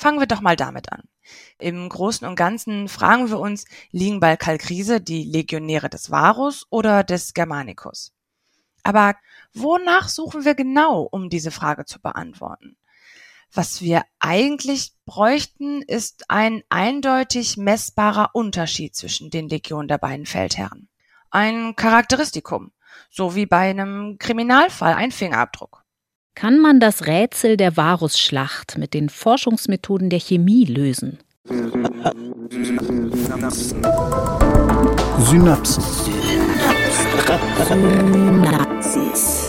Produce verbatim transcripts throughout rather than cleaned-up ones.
Fangen wir doch mal damit an. Im Großen und Ganzen fragen wir uns, liegen bei Kalkriese die Legionäre des Varus oder des Germanicus? Aber wonach suchen wir genau, um diese Frage zu beantworten? Was wir eigentlich bräuchten, ist ein eindeutig messbarer Unterschied zwischen den Legionen der beiden Feldherren. Ein Charakteristikum, so wie bei einem Kriminalfall ein Fingerabdruck. Kann man das Rätsel der Varusschlacht mit den Forschungsmethoden der Chemie lösen? Synapsen. Synapsen. Synapsis.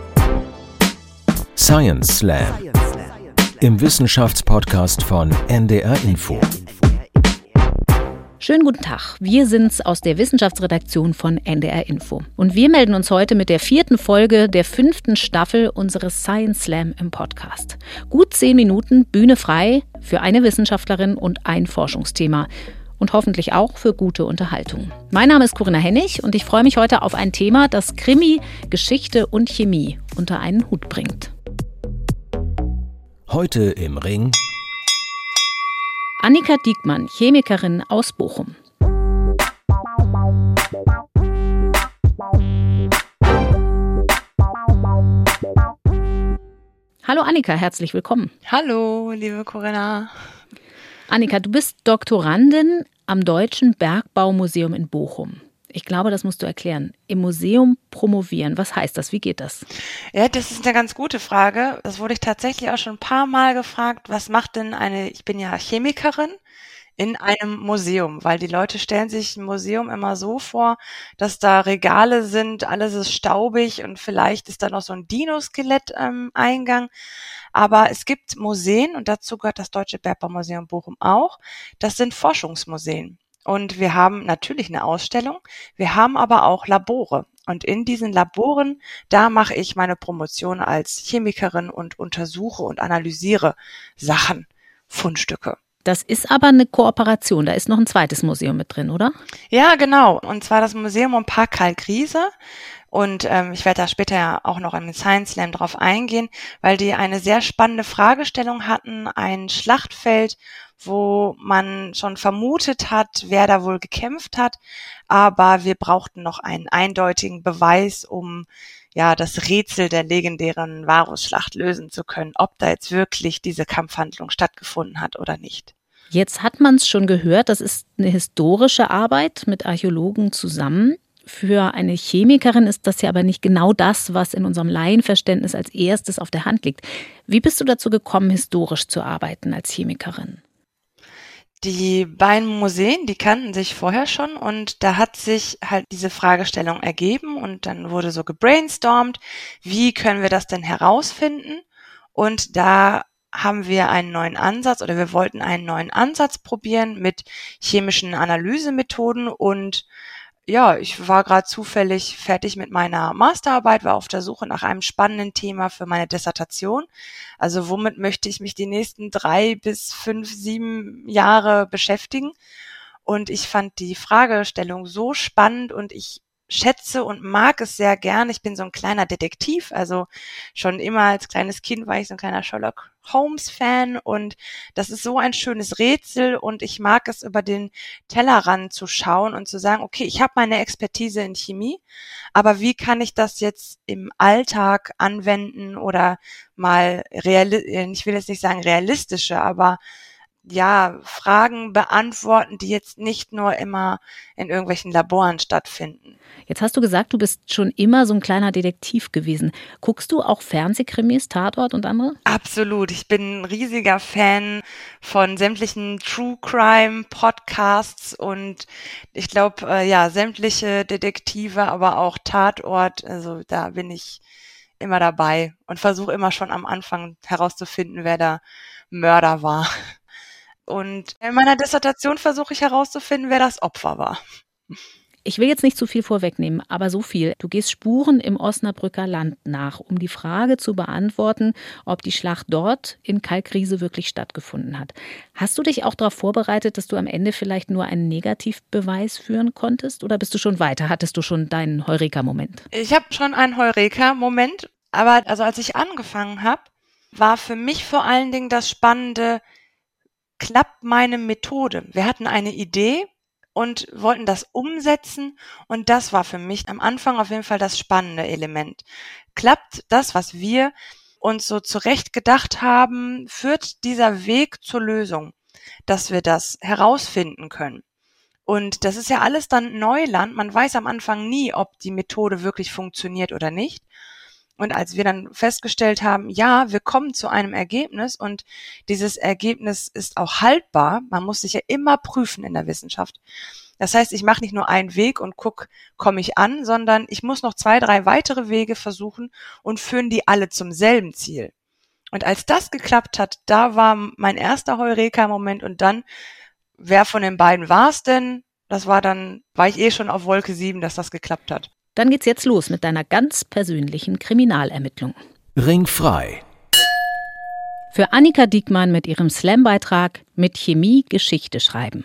Science Slam. Im Wissenschaftspodcast von N D R Info. Schönen guten Tag, wir sind's aus der Wissenschaftsredaktion von N D R Info. Und wir melden uns heute mit der vierten Folge der fünften Staffel unseres Science Slam im Podcast. Gut zehn Minuten Bühne frei für eine Wissenschaftlerin und ein Forschungsthema. Und hoffentlich auch für gute Unterhaltung. Mein Name ist Corinna Hennig und ich freue mich heute auf ein Thema, das Krimi, Geschichte und Chemie unter einen Hut bringt. Heute im Ring Annika Diekmann, Chemikerin aus Bochum. Hallo Annika, herzlich willkommen. Hallo, liebe Corinna. Annika, du bist Doktorandin am Deutschen Bergbaumuseum in Bochum. Ich glaube, das musst du erklären. Im Museum promovieren, was heißt das? Wie geht das? Ja, das ist eine ganz gute Frage. Das wurde ich tatsächlich auch schon ein paar Mal gefragt. Was macht denn eine, ich bin ja Chemikerin, in einem Museum? Weil die Leute stellen sich ein Museum immer so vor, dass da Regale sind, alles ist staubig und vielleicht ist da noch so ein Dinoskelett am Eingang. Aber es gibt Museen und dazu gehört das Deutsche Bergbaumuseum Bochum auch. Das sind Forschungsmuseen. Und wir haben natürlich eine Ausstellung, wir haben aber auch Labore. Und in diesen Laboren, da mache ich meine Promotion als Chemikerin und untersuche und analysiere Sachen, Fundstücke. Das ist aber eine Kooperation, da ist noch ein zweites Museum mit drin, oder? Ja, genau. Und zwar das Museum um Park Kalkriese. Und ähm, ich werde da später ja auch noch im Science Slam drauf eingehen, weil die eine sehr spannende Fragestellung hatten, ein Schlachtfeld, wo man schon vermutet hat, wer da wohl gekämpft hat, aber wir brauchten noch einen eindeutigen Beweis, um ja das Rätsel der legendären Varusschlacht lösen zu können, ob da jetzt wirklich diese Kampfhandlung stattgefunden hat oder nicht. Jetzt hat man es schon gehört, das ist eine historische Arbeit mit Archäologen zusammen. Für eine Chemikerin ist das ja aber nicht genau das, was in unserem Laienverständnis als erstes auf der Hand liegt. Wie bist du dazu gekommen, historisch zu arbeiten als Chemikerin? Die beiden Museen, die kannten sich vorher schon und da hat sich halt diese Fragestellung ergeben und dann wurde so gebrainstormt, wie können wir das denn herausfinden? Und da haben wir einen neuen Ansatz oder wir wollten einen neuen Ansatz probieren mit chemischen Analysemethoden und ja, ich war gerade zufällig fertig mit meiner Masterarbeit, war auf der Suche nach einem spannenden Thema für meine Dissertation. Also womit möchte ich mich die nächsten drei bis fünf, sieben Jahre beschäftigen? Und ich fand die Fragestellung so spannend und ich schätze und mag es sehr gern. Ich bin so ein kleiner Detektiv, also schon immer als kleines Kind war ich so ein kleiner Sherlock Holmes-Fan und das ist so ein schönes Rätsel und ich mag es, über den Tellerrand zu schauen und zu sagen, okay, ich habe meine Expertise in Chemie, aber wie kann ich das jetzt im Alltag anwenden oder mal reali- ich will jetzt nicht sagen realistische, aber ja, Fragen beantworten, die jetzt nicht nur immer in irgendwelchen Laboren stattfinden. Jetzt hast du gesagt, du bist schon immer so ein kleiner Detektiv gewesen. Guckst du auch Fernsehkrimis, Tatort und andere? Absolut. Ich bin ein riesiger Fan von sämtlichen True Crime Podcasts und ich glaube, äh, ja, sämtliche Detektive, aber auch Tatort. Also da bin ich immer dabei und versuche immer schon am Anfang herauszufinden, wer der Mörder war. Und in meiner Dissertation versuche ich herauszufinden, wer das Opfer war. Ich will jetzt nicht zu viel vorwegnehmen, aber so viel. Du gehst Spuren im Osnabrücker Land nach, um die Frage zu beantworten, ob die Schlacht dort in Kalkriese wirklich stattgefunden hat. Hast du dich auch darauf vorbereitet, dass du am Ende vielleicht nur einen Negativbeweis führen konntest? Oder bist du schon weiter? Hattest du schon deinen Heureka-Moment? Ich habe schon einen Heureka-Moment, aber also als ich angefangen habe, war für mich vor allen Dingen das Spannende, klappt meine Methode? Wir hatten eine Idee und wollten das umsetzen und das war für mich am Anfang auf jeden Fall das spannende Element. Klappt das, was wir uns so zurecht gedacht haben, führt dieser Weg zur Lösung, dass wir das herausfinden können? Und das ist ja alles dann Neuland. Man weiß am Anfang nie, ob die Methode wirklich funktioniert oder nicht. Und als wir dann festgestellt haben, ja, wir kommen zu einem Ergebnis und dieses Ergebnis ist auch haltbar, man muss sich ja immer prüfen in der Wissenschaft. Das heißt, ich mache nicht nur einen Weg und guck, komme ich an, sondern ich muss noch zwei, drei weitere Wege versuchen und führen die alle zum selben Ziel. Und als das geklappt hat, da war mein erster Heureka-Moment und dann, wer von den beiden war es denn? Das war dann, war ich eh schon auf Wolke sieben, dass das geklappt hat. Dann geht's jetzt los mit deiner ganz persönlichen Kriminalermittlung. Ringfrei. Für Annika Diekmann mit ihrem Slam-Beitrag mit Chemie Geschichte schreiben.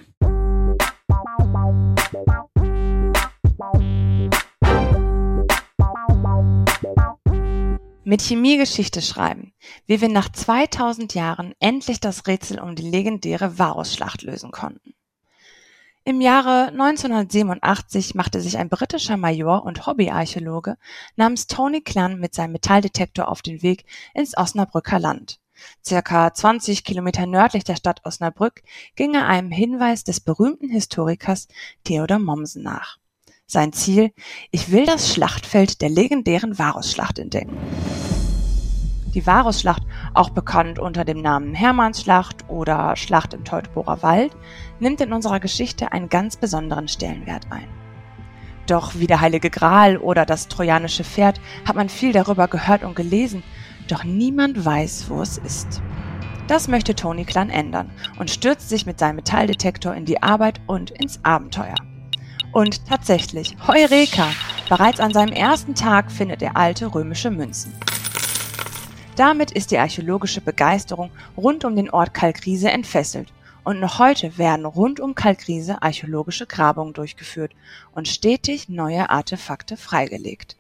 Mit Chemie Geschichte schreiben, wie wir nach zweitausend Jahren endlich das Rätsel um die legendäre Varusschlacht lösen konnten. Im Jahre neunzehnhundertsiebenundachtzig machte sich ein britischer Major und Hobbyarchäologe namens Tony Klann mit seinem Metalldetektor auf den Weg ins Osnabrücker Land. Circa zwanzig Kilometer nördlich der Stadt Osnabrück ging er einem Hinweis des berühmten Historikers Theodor Mommsen nach. Sein Ziel: Ich will das Schlachtfeld der legendären Varusschlacht entdecken. Die Varusschlacht, auch bekannt unter dem Namen Hermannsschlacht oder Schlacht im Teutoburger Wald, nimmt in unserer Geschichte einen ganz besonderen Stellenwert ein. Doch wie der Heilige Gral oder das trojanische Pferd hat man viel darüber gehört und gelesen, doch niemand weiß, wo es ist. Das möchte Tony Klann ändern und stürzt sich mit seinem Metalldetektor in die Arbeit und ins Abenteuer. Und tatsächlich, Heureka! Bereits an seinem ersten Tag findet er alte römische Münzen. Damit ist die archäologische Begeisterung rund um den Ort Kalkriese entfesselt und noch heute werden rund um Kalkriese archäologische Grabungen durchgeführt und stetig neue Artefakte freigelegt.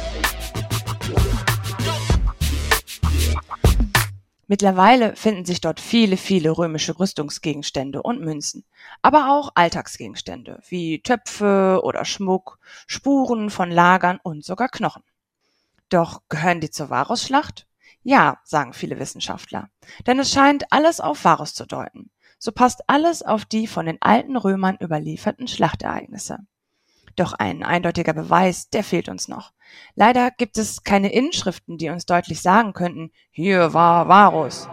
Mittlerweile finden sich dort viele, viele römische Rüstungsgegenstände und Münzen, aber auch Alltagsgegenstände wie Töpfe oder Schmuck, Spuren von Lagern und sogar Knochen. Doch gehören die zur Varusschlacht? Ja, sagen viele Wissenschaftler, denn es scheint alles auf Varus zu deuten. So passt alles auf die von den alten Römern überlieferten Schlachtereignisse. Doch ein eindeutiger Beweis, der fehlt uns noch. Leider gibt es keine Inschriften, die uns deutlich sagen könnten, hier war Varus.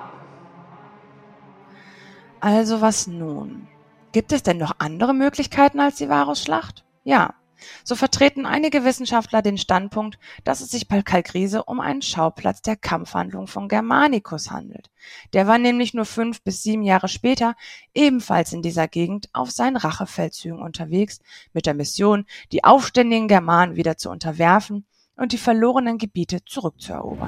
Also was nun? Gibt es denn noch andere Möglichkeiten als die Varusschlacht? Ja. So vertreten einige Wissenschaftler den Standpunkt, dass es sich bei Kalkriese um einen Schauplatz der Kampfhandlung von Germanicus handelt. Der war nämlich nur fünf bis sieben Jahre später ebenfalls in dieser Gegend auf seinen Rachefeldzügen unterwegs, mit der Mission, die aufständigen Germanen wieder zu unterwerfen und die verlorenen Gebiete zurückzuerobern.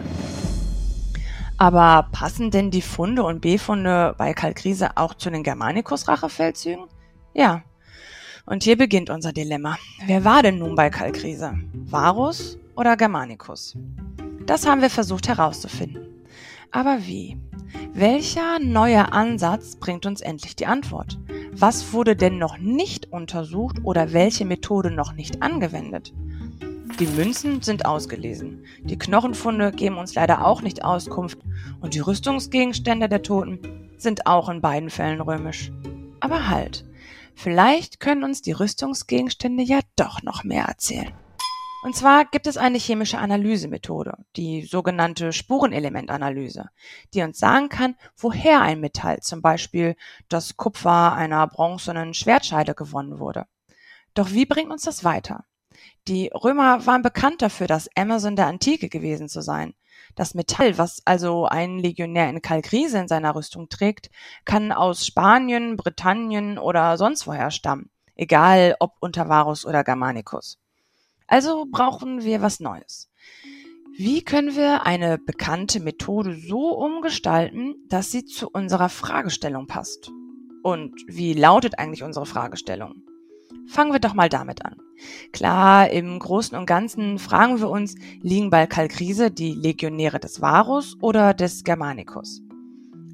Aber passen denn die Funde und Befunde bei Kalkriese auch zu den Germanicus-Rachefeldzügen? Ja. Und hier beginnt unser Dilemma. Wer war denn nun bei Kalkriese? Varus oder Germanicus? Das haben wir versucht herauszufinden. Aber wie? Welcher neue Ansatz bringt uns endlich die Antwort? Was wurde denn noch nicht untersucht oder welche Methode noch nicht angewendet? Die Münzen sind ausgelesen. Die Knochenfunde geben uns leider auch nicht Auskunft und die Rüstungsgegenstände der Toten sind auch in beiden Fällen römisch. Aber halt! Vielleicht können uns die Rüstungsgegenstände ja doch noch mehr erzählen. Und zwar gibt es eine chemische Analysemethode, die sogenannte Spurenelementanalyse, die uns sagen kann, woher ein Metall, zum Beispiel das Kupfer einer bronzenen Schwertscheide, gewonnen wurde. Doch wie bringt uns das weiter? Die Römer waren bekannt dafür, das Amazon der Antike gewesen zu sein. Das Metall, was also ein Legionär in Kalkriese in seiner Rüstung trägt, kann aus Spanien, Britannien oder sonst woher stammen, egal ob unter Varus oder Germanicus. Also brauchen wir was Neues. Wie können wir eine bekannte Methode so umgestalten, dass sie zu unserer Fragestellung passt? Und wie lautet eigentlich unsere Fragestellung? Fangen wir doch mal damit an. Klar, im Großen und Ganzen fragen wir uns, liegen bei Kalkriese die Legionäre des Varus oder des Germanicus?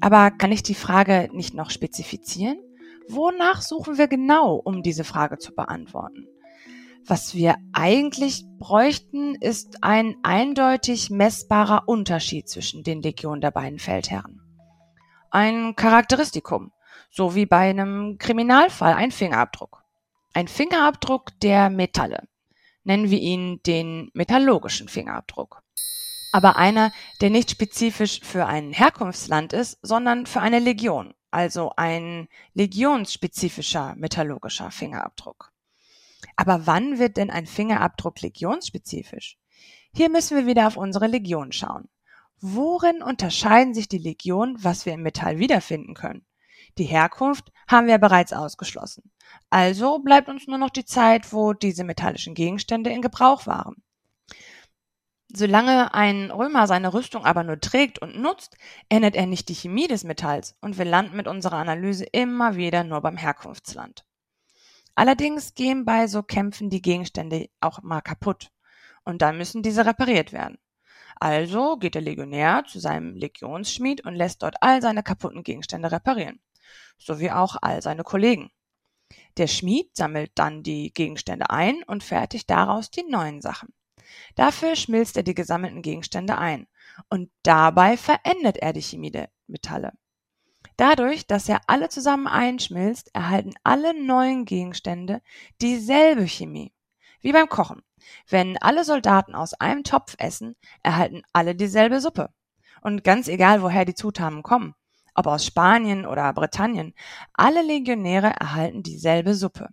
Aber kann ich die Frage nicht noch spezifizieren? Wonach suchen wir genau, um diese Frage zu beantworten? Was wir eigentlich bräuchten, ist ein eindeutig messbarer Unterschied zwischen den Legionen der beiden Feldherren. Ein Charakteristikum, so wie bei einem Kriminalfall ein Fingerabdruck. Ein Fingerabdruck der Metalle. Nennen wir ihn den metallurgischen Fingerabdruck. Aber einer, der nicht spezifisch für ein Herkunftsland ist, sondern für eine Legion, also ein legionsspezifischer metallurgischer Fingerabdruck. Aber wann wird denn ein Fingerabdruck legionsspezifisch? Hier müssen wir wieder auf unsere Legion schauen. Worin unterscheiden sich die Legionen, was wir im Metall wiederfinden können? Die Herkunft haben wir bereits ausgeschlossen. Also bleibt uns nur noch die Zeit, wo diese metallischen Gegenstände in Gebrauch waren. Solange ein Römer seine Rüstung aber nur trägt und nutzt, ändert er nicht die Chemie des Metalls und wir landen mit unserer Analyse immer wieder nur beim Herkunftsland. Allerdings gehen bei so Kämpfen die Gegenstände auch mal kaputt und dann müssen diese repariert werden. Also geht der Legionär zu seinem Legionsschmied und lässt dort all seine kaputten Gegenstände reparieren, sowie auch all seine Kollegen. Der Schmied sammelt dann die Gegenstände ein und fertigt daraus die neuen Sachen. Dafür schmilzt er die gesammelten Gegenstände ein und dabei verändert er die Chemie der Metalle. Dadurch, dass er alle zusammen einschmilzt, erhalten alle neuen Gegenstände dieselbe Chemie. Wie beim Kochen. Wenn alle Soldaten aus einem Topf essen, erhalten alle dieselbe Suppe. Und ganz egal, woher die Zutaten kommen, ob aus Spanien oder Britannien, alle Legionäre erhalten dieselbe Suppe.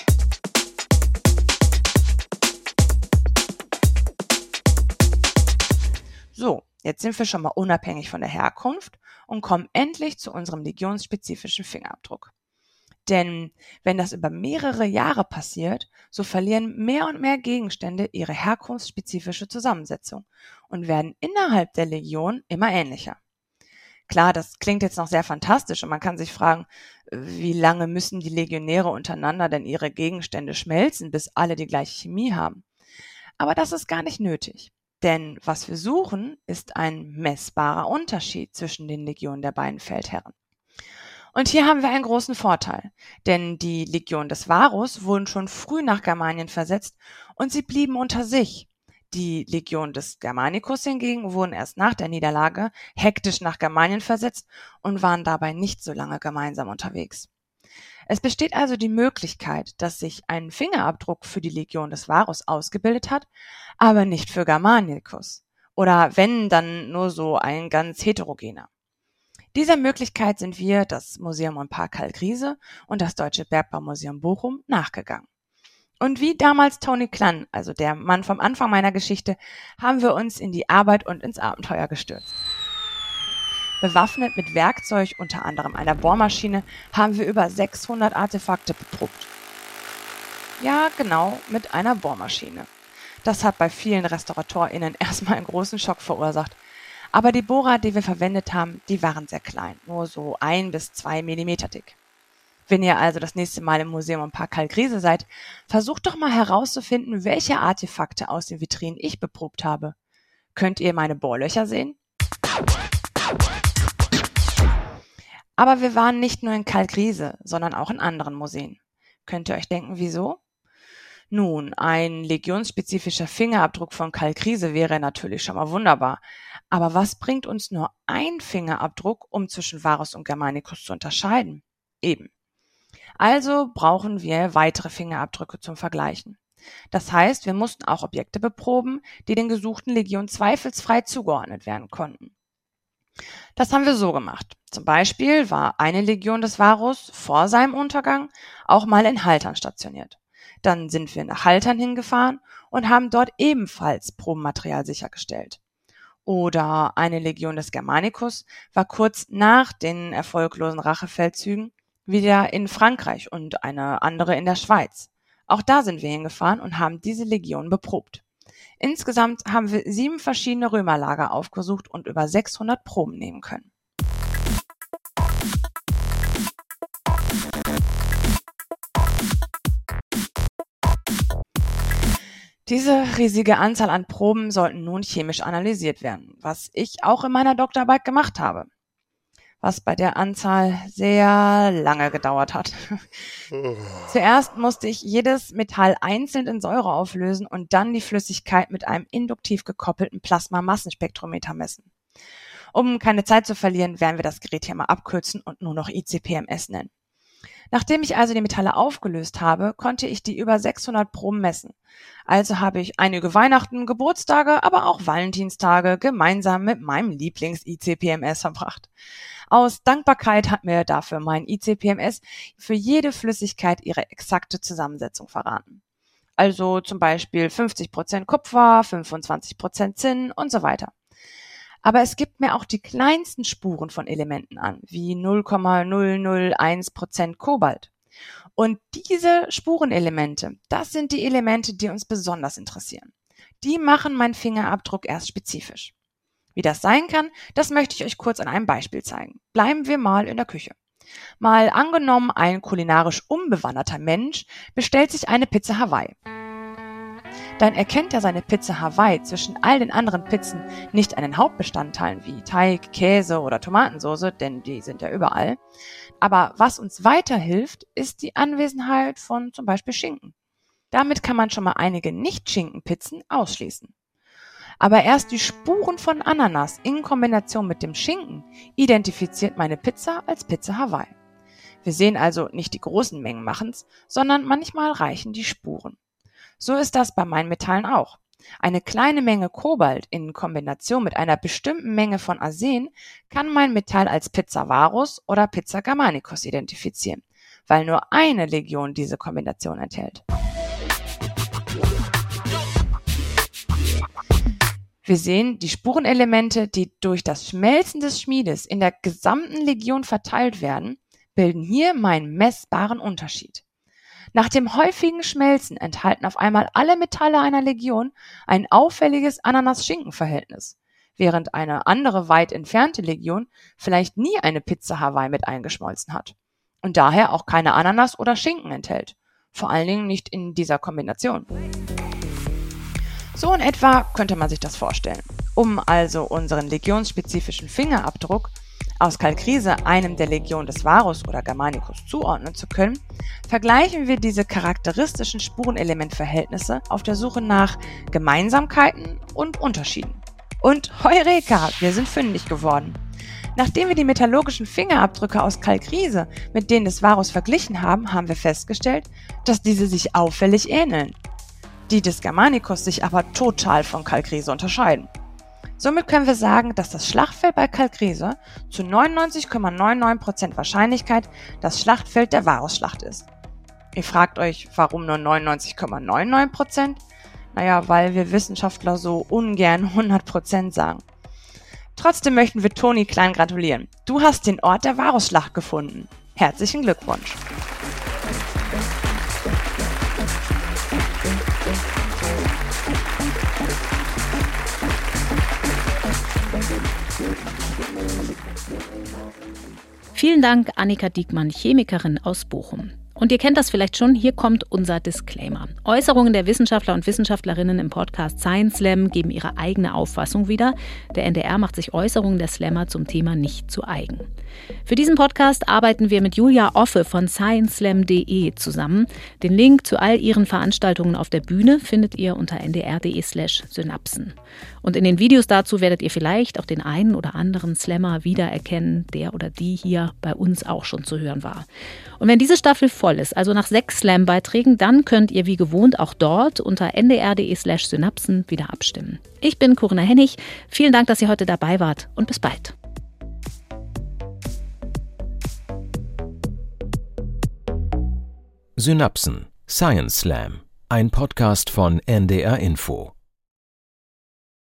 So, jetzt sind wir schon mal unabhängig von der Herkunft und kommen endlich zu unserem legionsspezifischen Fingerabdruck. Denn wenn das über mehrere Jahre passiert, so verlieren mehr und mehr Gegenstände ihre herkunftsspezifische Zusammensetzung und werden innerhalb der Legion immer ähnlicher. Klar, das klingt jetzt noch sehr fantastisch und man kann sich fragen, wie lange müssen die Legionäre untereinander denn ihre Gegenstände schmelzen, bis alle die gleiche Chemie haben. Aber das ist gar nicht nötig. Denn was wir suchen, ist ein messbarer Unterschied zwischen den Legionen der beiden Feldherren. Und hier haben wir einen großen Vorteil, denn die Legion des Varus wurden schon früh nach Germanien versetzt und sie blieben unter sich. Die Legion des Germanicus hingegen wurden erst nach der Niederlage hektisch nach Germanien versetzt und waren dabei nicht so lange gemeinsam unterwegs. Es besteht also die Möglichkeit, dass sich ein Fingerabdruck für die Legion des Varus ausgebildet hat, aber nicht für Germanicus. Oder wenn, dann nur so ein ganz heterogener. Dieser Möglichkeit sind wir, das Museum und Park Kalkriese und das Deutsche Bergbaumuseum Bochum, nachgegangen. Und wie damals Tony Klann, also der Mann vom Anfang meiner Geschichte, haben wir uns in die Arbeit und ins Abenteuer gestürzt. Bewaffnet mit Werkzeug, unter anderem einer Bohrmaschine, haben wir über sechshundert Artefakte beprobt. Ja, genau, mit einer Bohrmaschine. Das hat bei vielen RestauratorInnen erstmal einen großen Schock verursacht. Aber die Bohrer, die wir verwendet haben, die waren sehr klein, nur so ein bis zwei Millimeter dick. Wenn ihr also das nächste Mal im Museum und Park Kalkriese seid, versucht doch mal herauszufinden, welche Artefakte aus den Vitrinen ich beprobt habe. Könnt ihr meine Bohrlöcher sehen? Aber wir waren nicht nur in Kalkriese, sondern auch in anderen Museen. Könnt ihr euch denken, wieso? Nun, ein legionsspezifischer Fingerabdruck von Kalkriese wäre natürlich schon mal wunderbar. Aber was bringt uns nur ein Fingerabdruck, um zwischen Varus und Germanicus zu unterscheiden? Eben. Also brauchen wir weitere Fingerabdrücke zum Vergleichen. Das heißt, wir mussten auch Objekte beproben, die den gesuchten Legionen zweifelsfrei zugeordnet werden konnten. Das haben wir so gemacht. Zum Beispiel war eine Legion des Varus vor seinem Untergang auch mal in Haltern stationiert. Dann sind wir nach Haltern hingefahren und haben dort ebenfalls Probenmaterial sichergestellt. Oder eine Legion des Germanicus war kurz nach den erfolglosen Rachefeldzügen wieder in Frankreich und eine andere in der Schweiz. Auch da sind wir hingefahren und haben diese Legion beprobt. Insgesamt haben wir sieben verschiedene Römerlager aufgesucht und über sechshundert Proben nehmen können. Diese riesige Anzahl an Proben sollten nun chemisch analysiert werden, was ich auch in meiner Doktorarbeit gemacht habe. was bei der Anzahl sehr lange gedauert hat. Zuerst musste ich jedes Metall einzeln in Säure auflösen und dann die Flüssigkeit mit einem induktiv gekoppelten Plasma-Massenspektrometer messen. Um keine Zeit zu verlieren, werden wir das Gerät hier mal abkürzen und nur noch I C P M S nennen. Nachdem ich also die Metalle aufgelöst habe, konnte ich die über sechshundert Proben messen. Also habe ich einige Weihnachten, Geburtstage, aber auch Valentinstage gemeinsam mit meinem Lieblings-I C P M S verbracht. Aus Dankbarkeit hat mir dafür mein I C P M S für jede Flüssigkeit ihre exakte Zusammensetzung verraten. Also zum Beispiel fünfzig Prozent Kupfer, fünfundzwanzig Prozent Zinn und so weiter. Aber es gibt mir auch die kleinsten Spuren von Elementen an, wie null Komma null null eins Prozent Kobalt. Und diese Spurenelemente, das sind die Elemente, die uns besonders interessieren. Die machen meinen Fingerabdruck erst spezifisch. Wie das sein kann, das möchte ich euch kurz an einem Beispiel zeigen. Bleiben wir mal in der Küche. Mal angenommen, ein kulinarisch unbewanderter Mensch bestellt sich eine Pizza Hawaii. Dann erkennt er seine Pizza Hawaii zwischen all den anderen Pizzen nicht an den Hauptbestandteilen wie Teig, Käse oder Tomatensauce, denn die sind ja überall. Aber was uns weiterhilft, ist die Anwesenheit von zum Beispiel Schinken. Damit kann man schon mal einige Nicht-Schinken-Pizzen ausschließen. Aber erst die Spuren von Ananas in Kombination mit dem Schinken identifiziert meine Pizza als Pizza Hawaii. Wir sehen also nicht die großen Mengen Machens, sondern manchmal reichen die Spuren. So ist das bei meinen Metallen auch. Eine kleine Menge Kobalt in Kombination mit einer bestimmten Menge von Arsen kann mein Metall als Pizza Varus oder Pizza Germanicus identifizieren, weil nur eine Legion diese Kombination enthält. Wir sehen die Spurenelemente, die durch das Schmelzen des Schmiedes in der gesamten Legion verteilt werden, bilden hier meinen messbaren Unterschied. Nach dem häufigen Schmelzen enthalten auf einmal alle Metalle einer Legion ein auffälliges Ananas-Schinken-Verhältnis, während eine andere weit entfernte Legion vielleicht nie eine Pizza Hawaii mit eingeschmolzen hat und daher auch keine Ananas oder Schinken enthält, vor allen Dingen nicht in dieser Kombination. So in etwa könnte man sich das vorstellen. Um also unseren legionsspezifischen Fingerabdruck aus Kalkriese einem der Legionen des Varus oder Germanicus zuordnen zu können, vergleichen wir diese charakteristischen Spurenelementverhältnisse auf der Suche nach Gemeinsamkeiten und Unterschieden. Und Heureka, wir sind fündig geworden. Nachdem wir die metallurgischen Fingerabdrücke aus Kalkriese mit denen des Varus verglichen haben, haben wir festgestellt, dass diese sich auffällig ähneln. Die des Germanicus sich aber total von Kalkriese unterscheiden. Somit können wir sagen, dass das Schlachtfeld bei Kalkriese zu neunundneunzig Komma neunundneunzig Prozent Wahrscheinlichkeit das Schlachtfeld der Varusschlacht ist. Ihr fragt euch, warum nur neunundneunzig Komma neunundneunzig Prozent? Naja, weil wir Wissenschaftler so ungern hundert Prozent sagen. Trotzdem möchten wir Toni Klein gratulieren. Du hast den Ort der Varusschlacht gefunden. Herzlichen Glückwunsch! Vielen Dank, Annika Diekmann, Chemikerin aus Bochum. Und ihr kennt das vielleicht schon, hier kommt unser Disclaimer. Äußerungen der Wissenschaftler und Wissenschaftlerinnen im Podcast Science Slam geben ihre eigene Auffassung wieder. Der N D R macht sich Äußerungen der Slammer zum Thema nicht zu eigen. Für diesen Podcast arbeiten wir mit Julia Offe von science slam punkt de zusammen. Den Link zu all ihren Veranstaltungen auf der Bühne findet ihr unter n d r punkt d e slash synapsen. Und in den Videos dazu werdet ihr vielleicht auch den einen oder anderen Slammer wiedererkennen, der oder die hier bei uns auch schon zu hören war. Und wenn diese Staffel voll ist, also nach sechs Slam-Beiträgen, dann könnt ihr wie gewohnt auch dort unter n d r punkt d e slash synapsen wieder abstimmen. Ich bin Corinna Hennig. Vielen Dank, dass ihr heute dabei wart und bis bald. Synapsen Science Slam, ein Podcast von N D R Info.